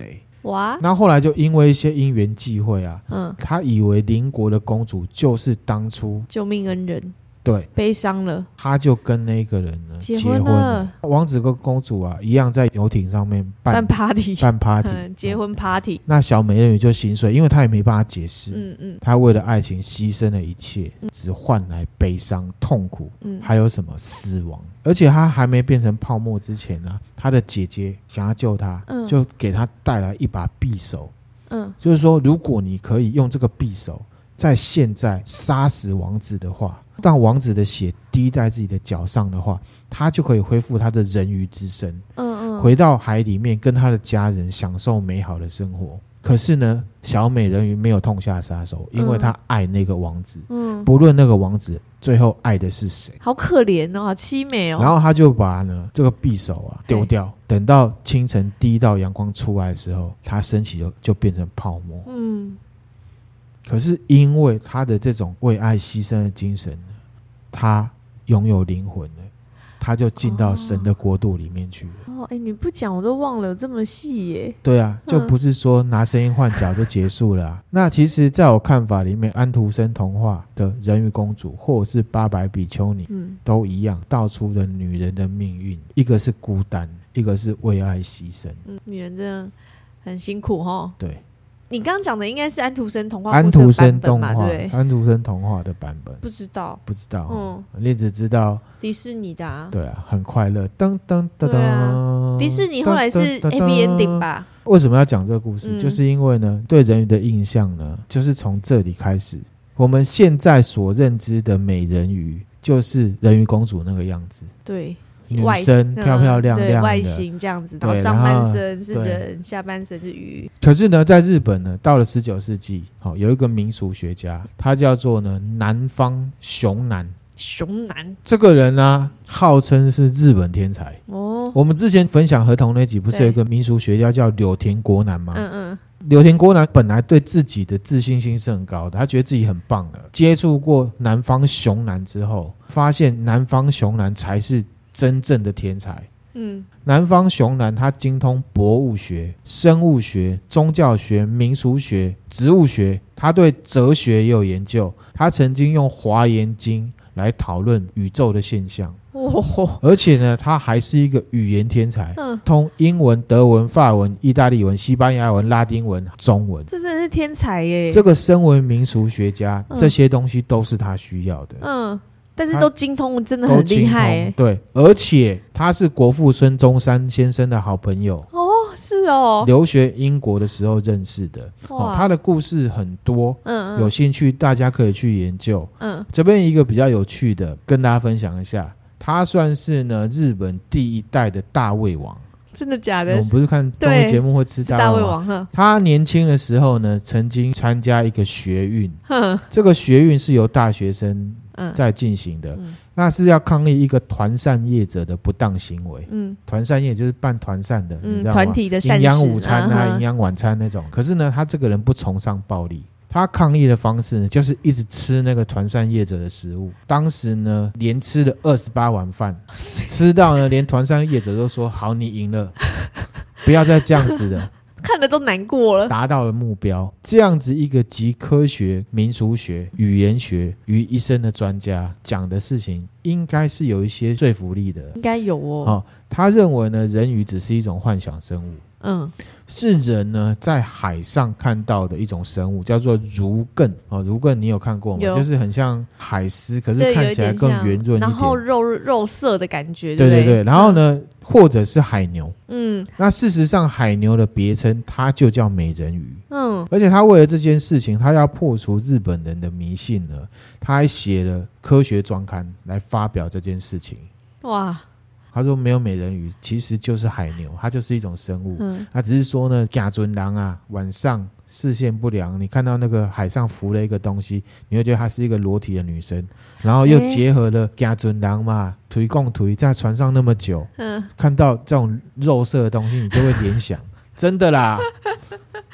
哇， 那后来就因为一些因缘际会啊，他以为邻国的公主就是当初救命恩人， 对， 悲伤了， 他就跟那个人呢结婚了。 王子跟公主啊一样在游艇上面办 party， 结婚 party。 那小美人鱼就心碎，因为她也没办法解释，她为了爱情牺牲了一切，只换来悲伤、痛苦，还有什么死亡。而且她还没变成泡沫之前呢，她的姐姐想要救她，就给她带来一把匕首，就是说，如果你可以用这个匕首在现在杀死王子的话，让王子的血滴在自己的脚上的话，他就可以恢复他的人鱼之身，回到海里面跟他的家人享受美好的生活。可是呢，小美人鱼没有痛下杀手，因为她爱那个王子，不论那个王子最后爱的是谁。 好可怜哦，好凄美哦。 然后他就把呢这个匕首啊丢掉，等到清晨第一道阳光出来的时候，他身体就变成泡沫。可是因为他的这种为爱牺牲的精神，他拥有灵魂了，他就进到神的国度里面去了。 你不讲我都忘了这么细耶。 对啊，就不是说拿声音换脚就结束了啊。那其实在我看法里面，安徒生童话的人鱼公主或者是800比丘尼，都一样道出了女人的命运，一个是孤单，一个是为爱牺牲。 女人真的很辛苦齁。 对， 你刚刚讲的应该是安徒生童话安徒生动画，对， 安徒生童话的版本。 不知道， 你只知道迪士尼的啊。 对啊，很快乐，噔噔噔噔。 迪士尼后来是 happy ending 吧？ 为什么要讲这个故事？就是因为呢，对人鱼的印象呢，就是从这里开始。我们现在所认知的美人鱼，就是人鱼公主那个样子。 对。 女生漂漂亮亮的外形这样子，然后上半身是人，下半身是鱼。 可是呢，在日本呢，到了19世纪，有一个民俗学家，他叫做呢南方雄男。这个人呢，号称是日本天才。我们之前分享合同那集，不是有一个民俗学家叫柳田国男吗？柳田国男本来对自己的自信心是很高的，他觉得自己很棒的。接触过南方雄男之后，发现南方雄男才是真正的天才。南方雄男他精通博物学、生物学、宗教学、民俗学、植物学，他对哲学也有研究。他曾经用华严经来讨论宇宙的现象。而且呢，他还是一个语言天才，通英文、德文、法文、意大利文、西班牙文、拉丁文、中文。 这真的是天才耶！ 这个身为民俗学家，这些东西都是他需要的。 但是都精通，真的很厉害耶。 对，而且他是国父孙中山先生的好朋友。 是哦， 留学英国的时候认识的。他的故事很多，有兴趣大家可以去研究。这边一个比较有趣的跟大家分享一下，他算是呢日本第一代的大胃王。 真的假的？ 我们不是看综艺节目会吃大胃王。他年轻的时候呢，曾经参加一个学运，这个学运是由大学生在进行的，那是要抗议一个团膳业者的不当行为。团膳业就是办团膳的，你知道吗？ 团体的膳食， 营养午餐啊，营养晚餐那种。可是呢，他这个人不崇尚暴力，他抗议的方式呢，就是一直吃那个团膳业者的食物。当时呢，连吃了28碗饭，吃到呢，连团膳业者都说：“好，你赢了，不要再这样子了。” 看了都难过了， 达到了目标。这样子一个集科学、民俗学、语言学于一身的专家讲的事情，应该是有一些说服力的。 应该有哦。 他认为呢，人鱼只是一种幻想生物。是人呢在海上看到的一种生物，叫做儒艮。儒艮你有看过吗？就是很像海狮，可是看起来更圆润一点， 然后肉色的感觉。 对对对。然后呢，或者是海牛。那事实上海牛的别称它就叫美人鱼。而且他为了这件事情，他要破除日本人的迷信呢，他还写了科学专刊来发表这件事情。哇！他说没有美人鱼，其实就是海牛，它就是一种生物。他只是说呢，假尊狼啊，晚上视线不良，你看到那个海上浮了一个东西，你会觉得她是一个裸体的女生，然后又结合了假尊狼嘛，推共推在船上那么久，看到这种肉色的东西，你就会联想，真的啦。 是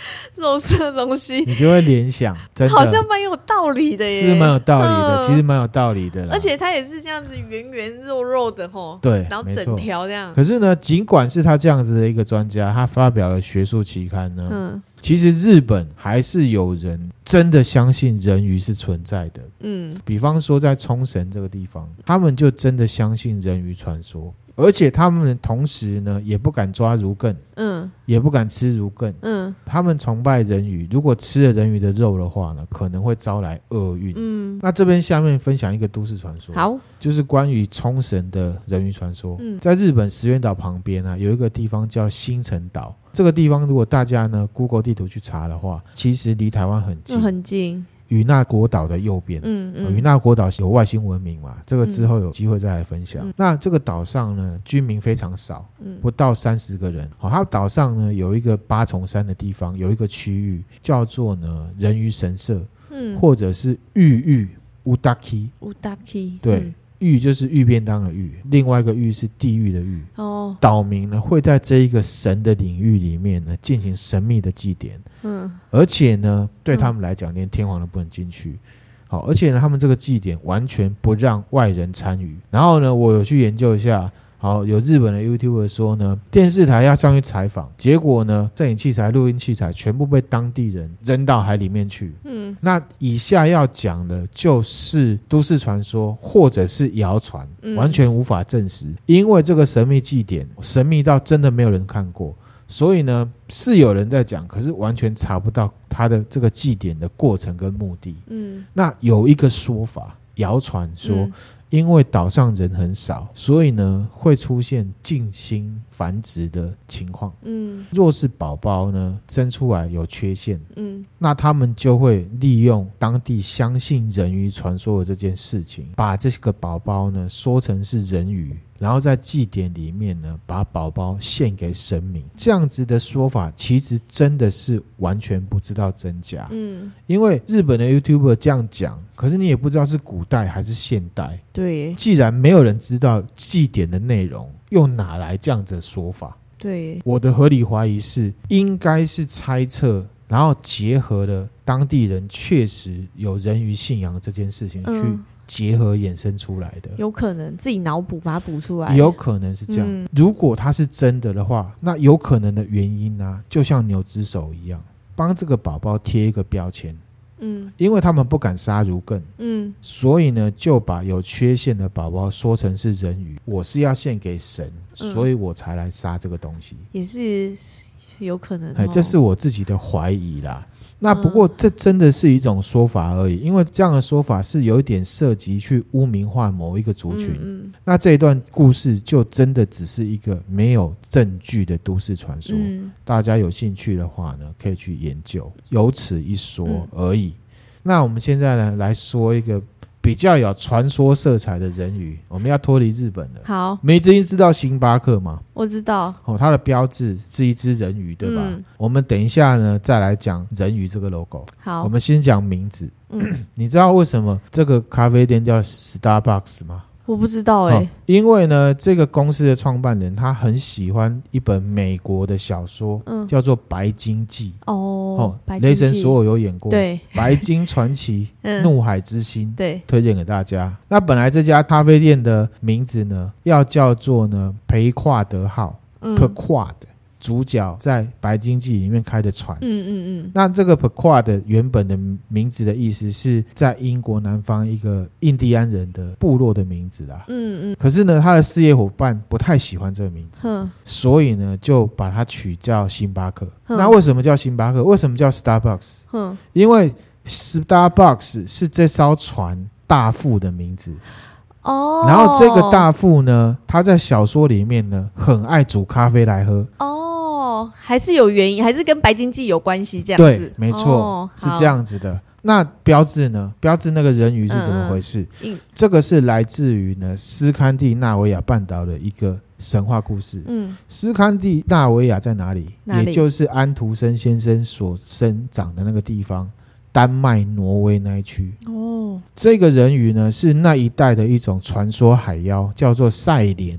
肉色的东西， 你就会联想，真的好像蛮有道理的耶， 是蛮有道理的，其实蛮有道理的啦。 而且它也是这样子圆圆肉肉的齁， 对， 然后整条这样。 可是呢，尽管是他这样子的一个专家，他发表了学术期刊呢，其实日本还是有人真的相信人鱼是存在的。比方说在冲绳这个地方，他们就真的相信人鱼传说。而且他们同时呢也不敢抓儒艮，也不敢吃儒艮，他们崇拜人鱼，如果吃了人鱼的肉的话呢，可能会招来厄运。那这边下面分享一个都市传说， 好， 就是关于冲绳的人鱼传说。在日本石垣岛旁边啊，有一个地方叫新城岛。这个地方如果大家呢 Google 地图去查的话，其实离台湾很近， 很近。 与那国岛的右边，与那国岛有外星文明嘛，这个之后有机会再来分享。那这个岛上呢，居民非常少，不到30个人。它岛上呢有一个8重山的地方，有一个区域叫做呢人鱼神社，或者是玉Udaki， 对。狱就是狱便当的狱，另外一个狱是地狱的狱。岛民呢会在这一个神的领域里面呢进行神秘的祭典，而且呢对他们来讲连天皇都不能进去。好，而且呢他们这个祭典完全不让外人参与。然后呢我有去研究一下，好，有日本的 YouTuber 说呢，电视台要上去采访，结果呢，摄影器材、录音器材全部被当地人扔到海里面去。那以下要讲的就是都市传说或者是谣传，完全无法证实，因为这个神秘祭典神秘到真的没有人看过，所以呢是有人在讲，可是完全查不到他的这个祭典的过程跟目的。那有一个说法，谣传说，因为岛上人很少，所以呢会出现近亲繁殖的情况。若是宝宝呢生出来有缺陷，那他们就会利用当地相信人鱼传说的这件事情，把这个宝宝呢说成是人鱼，然后在祭典里面呢把宝宝献给神明。这样子的说法其实真的是完全不知道真假。因为日本的 YouTuber 这样讲，可是你也不知道是古代还是现代。 对， 既然没有人知道祭典的内容，又哪来这样子的说法？ 对， 我的合理怀疑是应该是猜测，然后结合了当地人确实有人鱼信仰这件事情去结合衍生出来的。 有可能自己脑补把它补出来， 有可能是这样。如果它是真的话，那有可能的原因啊，就像牛之手一样，帮这个宝宝贴一个标签。因为他们不敢杀儒艮，所以呢就把有缺陷的宝宝说成是人鱼，我是要献给神，所以我才来杀这个东西， 也是有可能。 这是我自己的怀疑啦。那不过这真的是一种说法而已，因为这样的说法是有一点涉及去污名化某一个族群。那这一段故事就真的只是一个没有证据的都市传说。大家有兴趣的话呢可以去研究，有此一说而已。那我们现在呢来说一个比较有传说色彩的人鱼，我们要脱离日本了。 好， 梅子英知道星巴克吗？ 我知道。 它的标志是一只人鱼，对吧？我们等一下呢再来讲人鱼这个 logo。好，我们先讲名字。你知道为什么这个咖啡店叫 Starbucks 吗？ 我不知道因为呢这个公司的创办人他很喜欢一本美国的小说，叫做《白鲸记》。雷神索尔有演过。对，白鲸传奇怒海之心，对，推荐给大家。那本来这家咖啡店的名字呢要叫做呢培跨德号，Pequod，主角在《白鲸记》里面开的船。那这个 Pequod 原本的名字的意思是在英国南方一个印第安人的部落的名字啦。可是呢他的事业伙伴不太喜欢这个名字，所以呢就把它取叫星巴克。那为什么叫星巴克？为什么叫 Starbucks？因为 Starbucks 是这艘船大副的名字。然后这个大副呢他在小说里面呢很爱煮咖啡来喝。 还是有原因，还是跟白鲸记有关系这样子。 对，没错，是这样子的。那标志呢？标志那个人鱼是怎么回事？这个是来自于呢斯堪的纳维亚半岛的一个神话故事。斯堪的纳维亚在哪里？也就是安徒生先生所生长的那个地方，丹麦、挪威那一区。这个人鱼呢是那一带的一种传说海妖，叫做赛莲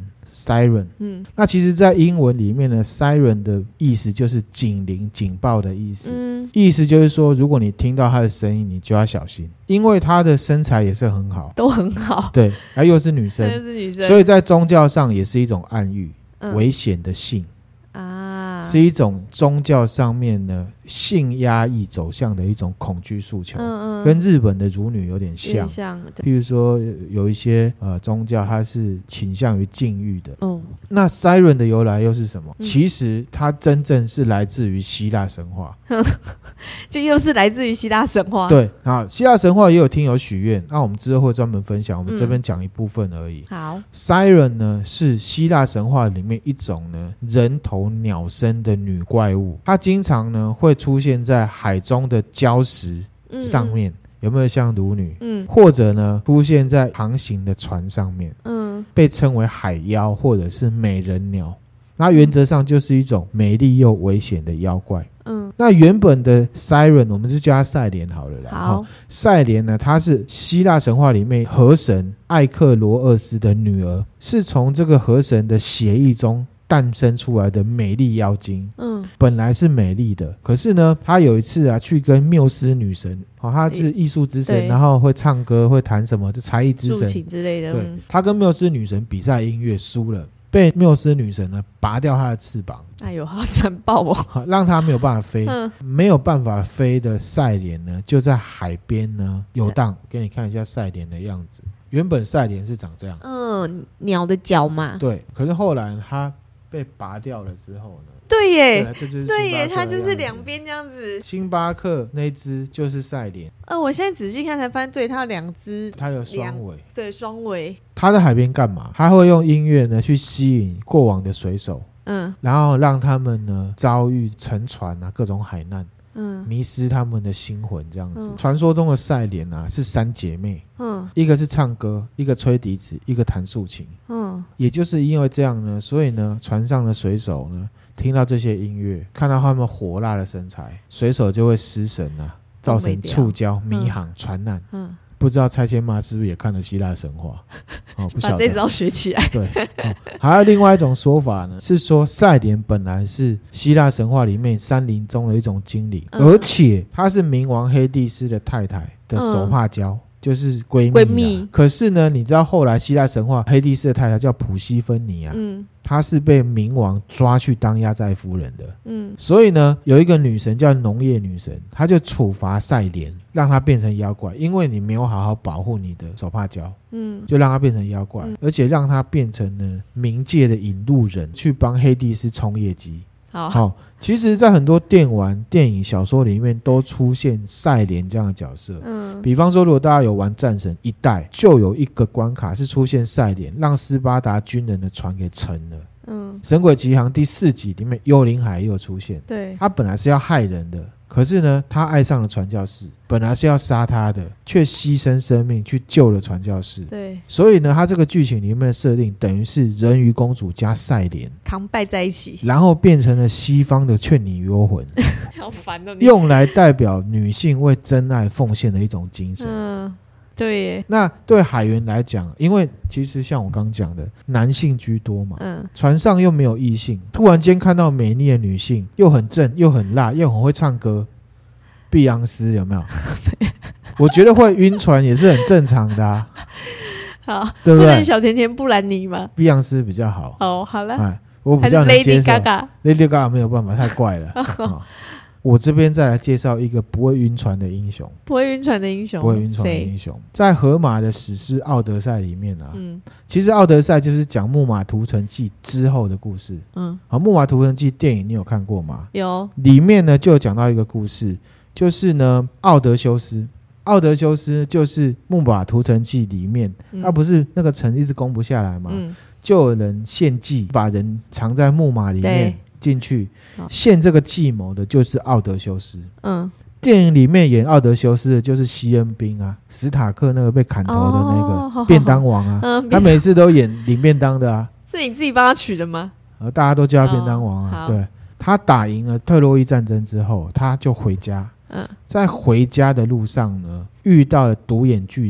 siren。那其实在英文里面呢 siren 的意思就是警铃警报的意思。意思就是说如果你听到他的声音你就要小心，因为他的身材也是很好， 都很好， 对，又是女生，所以在宗教上也是一种暗喻，危险的性啊，是一种宗教上面呢性压抑走向的一种恐惧诉求，跟日本的儒女有点像，譬如说有一些宗教它是倾向于禁欲的。那 siren 的由来又是什么？其实它真正是来自于希腊神话， 就又是来自于希腊神话。 对啊，希腊神话也有听友许愿，那我们之后会专门分享，我们这边讲一部分而已。 好 ，siren 呢是希腊神话里面一种呢人头鸟身的女怪物，它经常呢会出现在海中的礁石上面，有没有像乳女？或者呢出现在航行的船上面，被称为海妖或者是美人鸟。那原则上就是一种美丽又危险的妖怪。那原本的 siren 我们就叫它赛莲好了啦。好，赛莲呢，她是希腊神话里面河神艾克罗厄斯的女儿，是从这个河神的血液中诞生出来的美丽妖精。本来是美丽的，可是呢她有一次啊去跟缪斯女神，她是艺术之神，然后会唱歌会弹什么就才艺之神竖琴之类的。 对，她跟缪斯女神比赛音乐输了，被缪斯女神呢拔掉她的翅膀。 哎呦，好残暴哦！ 让她没有办法飞。没有办法飞的赛莲呢就在海边呢游荡。给你看一下赛莲的样子，原本赛莲是长这样， 鸟的脚嘛。 对，可是后来它被拔掉了之后呢， 对耶， 这就是对耶，它就是两边这样子。 星巴克那只就是赛莲。 我现在仔细看才发现，对，它有两只， 它有双尾， 对，双尾。 它在海边干嘛？它会用音乐呢去吸引过往的水手，然后让他们呢遭遇沉船啊各种海难，迷失他们的心魂这样子。传说中的赛莲啊是三姐妹，一个是唱歌，一个吹笛子，一个弹竖琴。也就是因为这样呢，所以呢船上的水手呢听到这些音乐，看到他们火辣的身材，水手就会失神啊，造成触礁、迷航、船难。不知道蔡千妈是不是也看了希腊神话？不晓得， 把这招学起来。 对，还有另外一种说法呢，是说赛莲本来是希腊神话里面山林中的一种精灵，而且她是冥王黑帝斯的太太的手帕交。就是闺蜜。可是呢你知道后来希腊神话黑帝斯的太太叫普西芬尼啊，她是被冥王抓去当压寨夫人的。所以呢有一个女神叫农业女神，她就处罚赛莲，让她变成妖怪，因为你没有好好保护你的手帕交，就让她变成妖怪，而且让她变成了冥界的引路人，去帮黑帝斯冲业绩。好，其实在很多电玩、电影、小说里面都出现赛莲这样的角色。比方说如果大家有玩战神一代，就有一个关卡是出现赛莲，让斯巴达军人的船给沉了。神鬼奇航第4集里面幽灵海也有出现，对，他本来是要害人的，可是呢他爱上了传教士，本来是要杀他的，却牺牲生命去救了传教士。对，所以呢他这个剧情里面的设定等于是人鱼公主加赛莲扛拜在一起， 然后变成了西方的劝你幽魂。 好烦哦， 用来代表女性为真爱奉献的一种精神。 对耶。 那对海员来讲，因为其实像我刚讲的男性居多嘛，船上又没有异性，突然间看到美丽的女性，又很正又很辣又很会唱歌，碧昂斯有没有？我觉得会晕船也是很正常的啊。 好， 对不对？ 不能小甜甜布兰妮吗？ 碧昂斯比较好。 好了， 我比较能接受。 Lady Gaga 没有办法，太怪了。我这边再来介绍一个不会晕船的英雄。 不会晕船的英雄， 在荷马的史诗《奥德赛》里面啊，其实《奥德赛》就是讲木马屠城记之后的故事。木马屠城记电影你有看过吗？有。里面呢就有讲到一个故事，就是呢奥德修斯就是木马屠城记里面，他不是那个城一直攻不下来吗？就有人献计，把人藏在木马里面进去，献这个计谋的就是奥德修斯。电影里面演奥德修斯的就是西恩宾啊，史塔克那个被砍头的那个便当王啊，他每次都演领便当的啊。 是你自己帮他取的吗？ 大家都叫他便当王啊。对，他打赢了特洛伊战争之后，他就回家。在回家的路上呢，遇到了独眼巨人，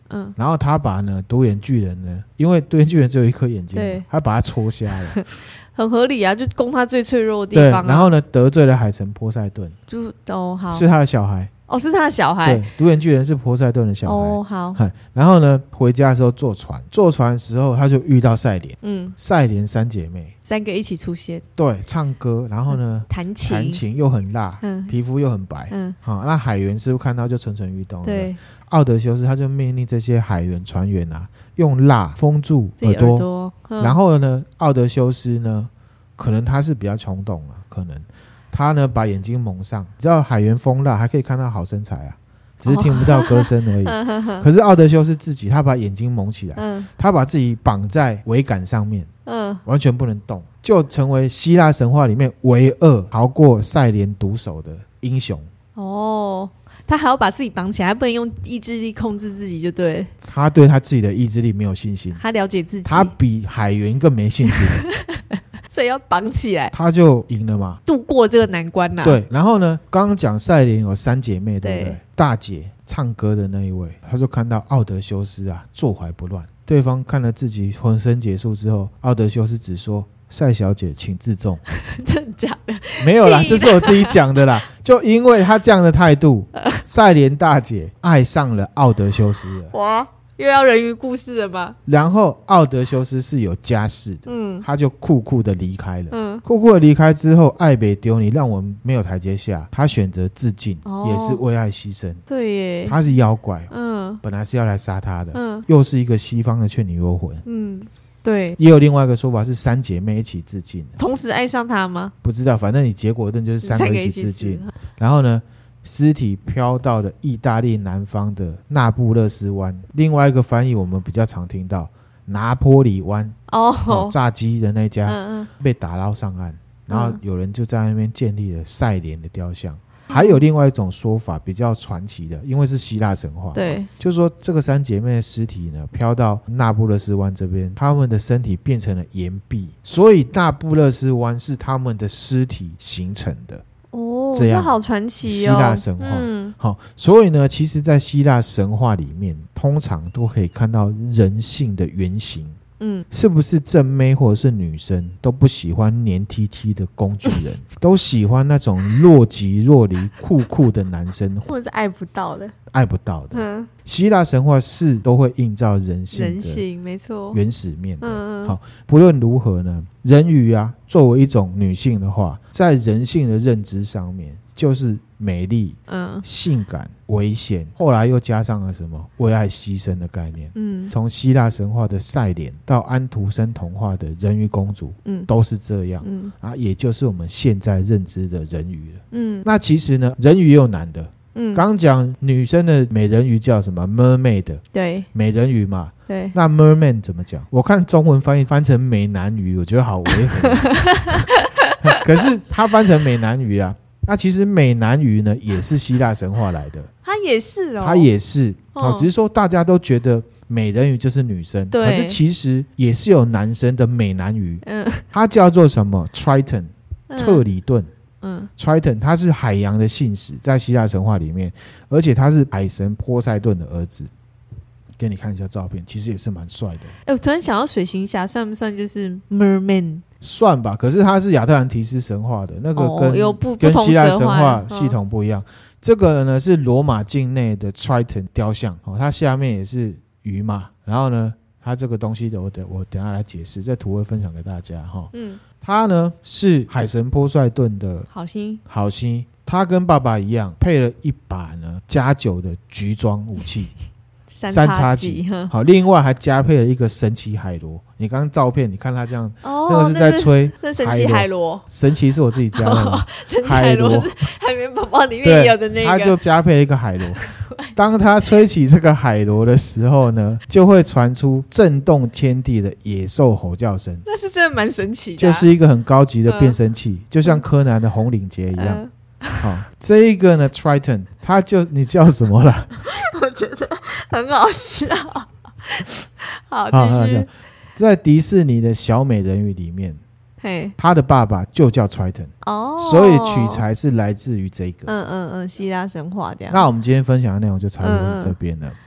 然后他把呢独眼巨人呢，因为独眼巨人只有一颗眼睛，他把他戳瞎了。 很合理啊，就攻他最脆弱的地方啊。 对，然后呢得罪了海神波塞顿， 好， 是他的小孩。 是他的小孩。 对，独眼巨人是波塞顿的小孩。 好。 然后呢，回家的时候坐船的时候，他就遇到赛莲。赛莲三姐妹 ，3个一起出现。 对，唱歌，然后呢，弹琴又很辣，皮肤又很白。那海员师傅看到就蠢蠢欲动了。对，奥德修斯他就命令这些海员船员啊，用蜡封住耳朵。然后呢，奥德修斯呢，可能他是比较冲动啊，可能。他呢把眼睛蒙上，你知道海员封蜡还可以看到好身材啊，只是听不到歌声而已。可是奥德修斯自己他把眼睛蒙起来，他把自己绑在桅杆上面，完全不能动，就成为希腊神话里面唯二逃过赛莲毒手的英雄。 他还要把自己绑起来，他不能用意志力控制自己就对了。 他对他自己的意志力没有信心， 他了解自己， 他比海员更没信心。 所以要绑起来， 他就赢了嘛， 度过这个难关啊。 对，然后呢，刚刚讲赛莲有3姐妹，对不对？大姐唱歌的那一位，他就看到奥德修斯啊坐怀不乱，对方看了自己浑身解数之后，奥德修斯只说：“赛小姐，请自重。” 真的假的？ 没有啦，这是我自己讲的啦。就因为他这样的态度，赛莲大姐爱上了奥德修斯了。 哇！又要人鱼故事了吗？ 然后奥德修斯是有家室的，他就酷酷的离开了。酷酷的离开之后，爱别丢你，让我们没有台阶下，他选择自尽，也是为爱牺牲。 对耶， 他是妖怪，本来是要来杀他的，又是一个西方的倩女幽魂。 对， 也有另外一个说法是3姐妹一起自尽， 同时爱上他吗？ 不知道，反正你结果论就是3个一起自尽。然后呢？尸体飘到了意大利南方的那不勒斯湾，另外一个翻译我们比较常听到拿坡里湾。炸鸡的那家被打捞上岸，然后有人就在那边建立了赛莲的雕像。还有另外一种说法比较传奇的，因为是希腊神话，对，就是说这个3姐妹的尸体呢飘到那不勒斯湾这边，她们的身体变成了岩壁，所以那不勒斯湾是她们的尸体形成的。 这好传奇希腊神话。所以呢，其实在希腊神话里面通常都可以看到人性的原型。是不是正妹或者是女生都不喜欢黏 T T 的工具人，都喜欢那种若即若离酷酷的男生， 或者是爱不到的。希腊神话是都会映照人性没错， 原始面的。好，不论如何呢，人鱼啊作为一种女性的话，在人性的认知上面就是美丽、性感、危险，后来又加上了什么为爱牺牲的概念。从希腊神话的赛莲到安徒生童话的人鱼公主，都是这样。也就是我们现在认知的人鱼了。那其实呢，人鱼也有男的。刚讲女生的美人鱼叫什么 mermaid， 对，美人鱼嘛。对，那 merman 怎么讲？我看中文翻成美男鱼，我觉得好违和。可是他翻成美男鱼啊，那其实美男鱼呢也是希腊神话来的。他也是只是说大家都觉得美人鱼就是女生，可是其实也是有男生的美男鱼。它叫做什么 Triton， 特里顿。Triton 他是海洋的信使，在希腊神话里面，而且他是海神波塞顿的儿子。给你看一下照片，其实也是蛮帅的。 我突然想到水行侠算不算就是 merman？ 算吧，可是他是亚特兰提斯神话的那个跟希腊神话系统不一样。这个呢是罗马境内的 Triton 雕像，它下面也是鱼嘛。然后呢，它这个东西的我等一下来解释，这图会分享给大家哈。他呢是海神波塞顿的好心，他跟爸爸一样配了一把呢加9的橘装武器三叉戟。好，另外还加配了一个神奇海螺。你刚刚照片你看他这样，那个是在吹那神奇海螺， 神奇是我自己加的。 神奇海螺是海绵宝宝里面有的那个， 他就加配了一个海螺。当他吹起这个海螺的时候呢，就会传出震动天地的野兽吼叫声。 那是真的蛮神奇的， 就是一个很高级的变声器，就像柯南的红领结一样。好，这一个呢 Triton 他就你叫什么了？ 我觉得很好笑。好，继续。 在迪士尼的小美人鱼里面，他的爸爸就叫 Triton， 所以取材是来自于这个。希腊神话这样。那我们今天分享的内容就差不多是这边了。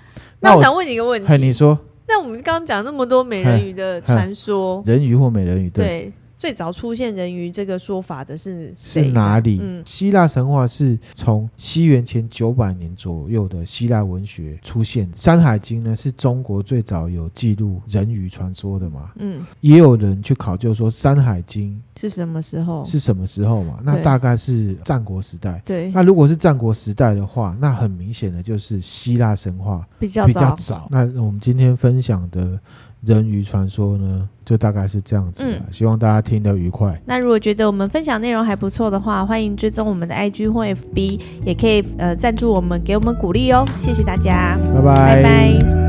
那我想问你一个问题， 你说， 那我们刚刚讲那么多美人鱼的传说， 人鱼或美人鱼， 对，最早出现人鱼这个说法的是谁？ 是哪里？希腊神话是从西元前900年左右的希腊文学出现。山海经呢是中国最早有记录人鱼传说的嘛。也有人去考究说山海经是什么时候嘛？那大概是战国时代。 对， 那如果是战国时代的话，那很明显的就是希腊神话比较早。那我们今天分享的人鱼传说呢，就大概是这样子的。希望大家听得愉快。 那如果觉得我们分享内容还不错的话，欢迎追踪我们的 IG 或 FB， 也可以赞助我们，给我们鼓励哦。谢谢大家， 拜拜。